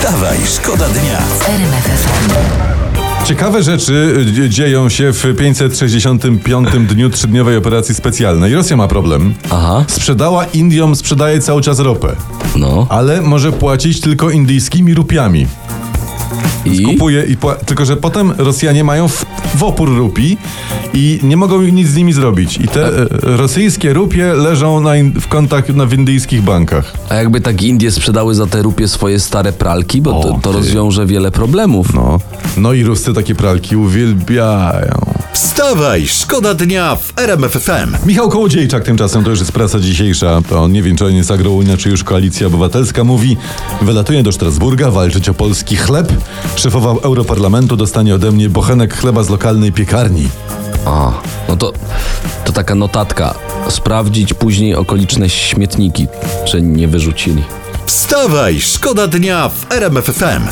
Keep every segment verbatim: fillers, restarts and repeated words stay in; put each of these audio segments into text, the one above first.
Wstawaj, szkoda dnia. Ciekawe rzeczy dzieją się w pięćset sześćdziesiątym piątym dniu trzydniowej operacji specjalnej. Rosja ma problem. Aha. Sprzedała Indiom, sprzedaje cały czas ropę. No. Ale może płacić tylko indyjskimi rupiami. I? Kupuje i pła- tylko, że potem Rosjanie mają w, w opór rupii i nie mogą nic z nimi zrobić. I te e, rosyjskie rupie leżą na in- w kontach na, w indyjskich bankach. A jakby tak Indie sprzedały za te rupie swoje stare pralki, bo to, O, to ty. rozwiąże wiele problemów. No. No i Ruscy takie pralki uwielbiają. Wstawaj, szkoda dnia w R M F F M. Michał Kołodziejczak tymczasem, to już jest prasa dzisiejsza. To on nie wiem, czy on jest Agrounia, czy już Koalicja Obywatelska. Mówi, wylatuje do Strasburga walczyć o polski chleb. Szefowa Europarlamentu dostanie ode mnie bochenek chleba z lokalnej piekarni. A, no to, to taka notatka. Sprawdzić później okoliczne śmietniki, czy nie wyrzucili. Wstawaj, szkoda dnia w R M F F M.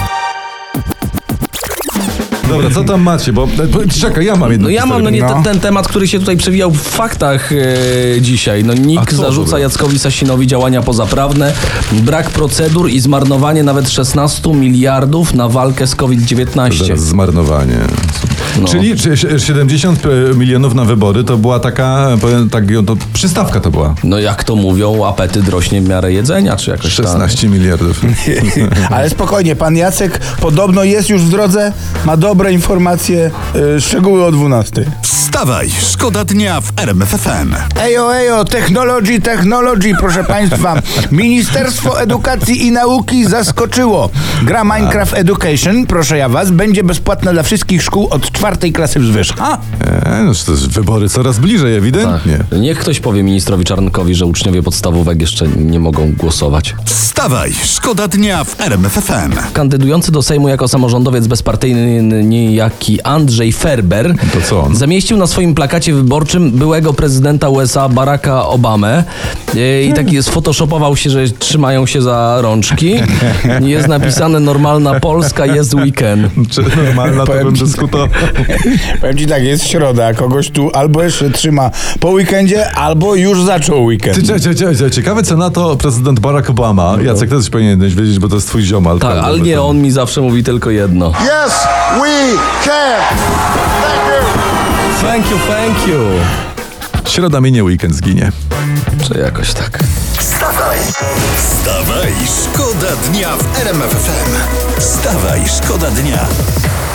Dobra, co tam macie? Bo czekaj, ja mam jedną No ja mam no nie, historię. ten, ten temat, który się tutaj przewijał w faktach e, dzisiaj. No A NIK co zarzuca było? Jackowi Sasinowi działania pozaprawne, brak procedur i zmarnowanie nawet szesnastu miliardów na walkę z COVID dziewiętnaście. Zaraz zmarnowanie. No. Czyli czy- siedemdziesiąt milionów na wybory to była taka, powiem tak, to przystawka to była. No jak to mówią, apetyt rośnie w miarę jedzenia, czy jakoś tak. szesnaście miliardów. Ale spokojnie, pan Jacek podobno jest już w drodze, ma dobre informacje, yy, szczegóły o dwunastej. Wstawaj, szkoda dnia w R M F F M. Ejo, ejo, technology, technology, proszę państwa. Ministerstwo Edukacji i Nauki zaskoczyło. Gra Minecraft Education, proszę ja was, będzie bezpłatna dla wszystkich szkół od czwartej klasy wzwyż. Ha? E, no, to jest wybory coraz bliżej, ewidentnie. Tak. Niech ktoś powie ministrowi Czarnkowi, że uczniowie podstawówek jeszcze nie mogą głosować. Wstawaj, szkoda dnia w R M F F M. Kandydujący do Sejmu jako samorządowiec bezpartyjny niejaki Andrzej Ferber To co on? zamieścił na swoim plakacie wyborczym byłego prezydenta U S A Baracka Obamę e, i taki sfotoshopował się, że trzymają się za rączki. Jest napisane normalna Polska, jest weekend. Czy normalna to Powiem bym ci- dyskutował. Powiem ci tak, jest środa, kogoś tu albo jeszcze trzyma po weekendzie, albo już zaczął weekend. Ty, cie- cie- cie- Ciekawe, co na to prezydent Barack Obama. Jacek, też powinieneś wiedzieć, bo to jest twój ziomal. Tak, prawda? ale nie, on mi zawsze mówi tylko jedno. Yes, we can. Thank you. Thank you, thank you. Środa minie, weekend zginie. Czy jakoś tak. Wstawaj, wstawaj, szkoda dnia w R M F F M. Wstawaj, szkoda dnia.